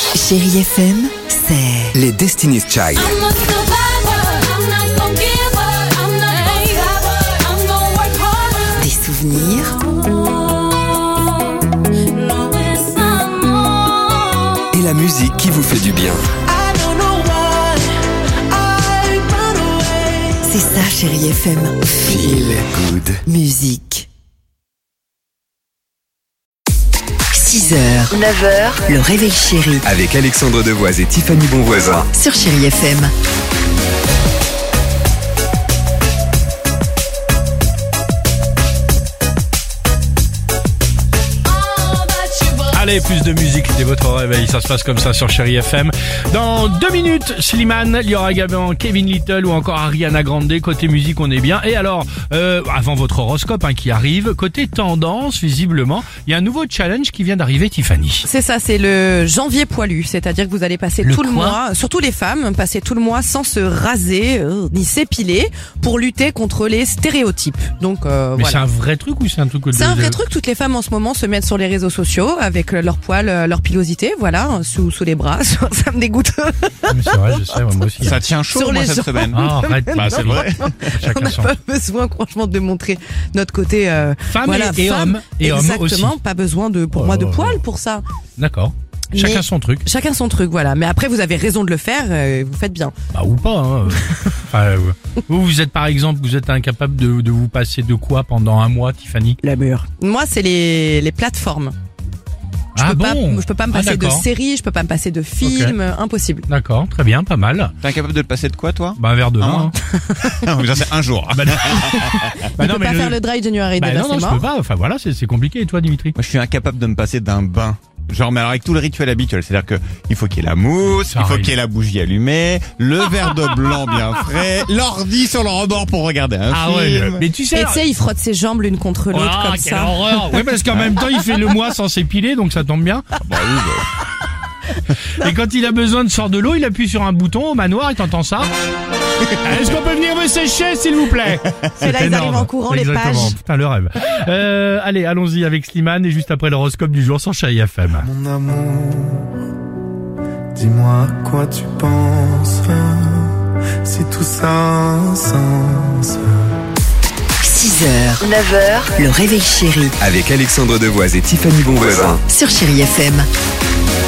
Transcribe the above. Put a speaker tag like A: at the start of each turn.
A: Chérie FM, c'est
B: les Destiny's Child.
A: des souvenirs
B: Et la musique qui vous fait du bien.
A: C'est ça, Chérie FM.
B: Feel good.
A: Musique. 6h, 9h, le réveil chéri
B: Avec Alexandre Devoise et Tiffany Bonvoisin.
A: sur Chérie FM.
C: Allez, plus de musique dès votre réveil, ça se passe comme ça sur Chérie FM. Dans 2 minutes, Slimane, il y aura également Kevin Little ou encore Ariana Grande. Côté musique, on est bien. Et alors, avant votre horoscope qui arrive, côté tendance, visiblement, il y a un nouveau challenge qui vient d'arriver, Tiffany.
D: C'est ça, c'est le janvier poilu, c'est-à-dire que vous allez passer
C: Le
D: tout le
C: quoi
D: mois, surtout les femmes, passer tout le mois sans se raser ni s'épiler pour lutter contre les stéréotypes. Donc
C: Mais
D: voilà.
C: c'est un vrai truc ou c'est un truc que
D: C'est un vrai truc, toutes les femmes en ce moment se mettent sur les réseaux sociaux avec leurs poils, leur pilosité, voilà, sous les bras, ça me dégoûte.
C: Mais c'est vrai, je sais, moi aussi.
E: Ça tient chaud,
D: Sur
E: moi,
D: les
E: cette
D: jambes.
E: semaine.
C: Ah, arrête,
D: Bah,
E: c'est vrai.
D: On
C: Chacun
D: n'a
C: son.
D: pas besoin, franchement, de montrer notre côté
C: Femme
D: voilà,
C: et
D: femme.
C: homme. Et homme
D: Exactement,
C: aussi.
D: pas besoin de, pour
C: Oh
D: moi, de
C: là là.
D: poils pour ça.
C: D'accord.
D: Mais-
C: Chacun son truc.
D: Chacun son truc, voilà. Mais après, vous avez raison de le faire, vous faites bien.
C: Bah, ou pas, hein. Enfin, vous êtes par exemple, vous êtes incapable de vous passer de quoi pendant un mois, Tiffany?
D: La mûre. Moi, c'est les plateformes. Je peux pas me passer de
C: d'accord.
D: séries, je peux pas me passer de films, impossible.
C: D'accord, très bien, pas mal.
E: T'es incapable de le passer de quoi, toi?
C: Bah, un verre de vin.
E: Non, mais ça, c'est un jour.
C: Bah, non. Bah,
D: Je
C: non,
D: peux
C: mais
D: pas faire le dry January,
C: bah,
D: déjà,
C: non,
D: c'est
C: je
D: mort.
C: peux pas. Enfin, voilà, c'est compliqué. Et toi, Dimitri?
E: Moi, je suis incapable de me passer d'un bain. Genre, mais alors avec tout le rituel habituel, c'est-à-dire que il faut qu'il y ait la mousse,
C: Ça
E: il faut
C: arrive.
E: qu'il y ait la bougie allumée, le verre de blanc bien frais, l'ordi sur le rebord pour regarder un film.
C: mais tu sais.
D: Et tu sais, il frotte ses jambes l'une contre l'autre
C: Ah,
D: comme
C: quelle
D: ça.
C: horreur. Ouais, parce qu'en même temps, il fait le mois sans s'épiler, donc ça tombe bien.
E: Bah oui, bah.
C: Et quand il a besoin de sortir de l'eau, il appuie sur un bouton au manoir et t'entends ça. Est-ce qu'on peut venir me sécher, s'il vous plaît?
D: C'est là, ils
C: énorme.
D: arrivent en courant, les
C: Exactement.
D: pages.
C: Putain, le rêve. Allez, allons-y avec Slimane et juste après l'horoscope du jour sur Chérie FM.
F: Mon amour, dis-moi à quoi tu penses, si tout ça a un sens.
A: 6h, 9h, le réveil chéri
B: Avec Alexandre Devoise et Tiffany Bonvoisin.
A: sur Chérie FM.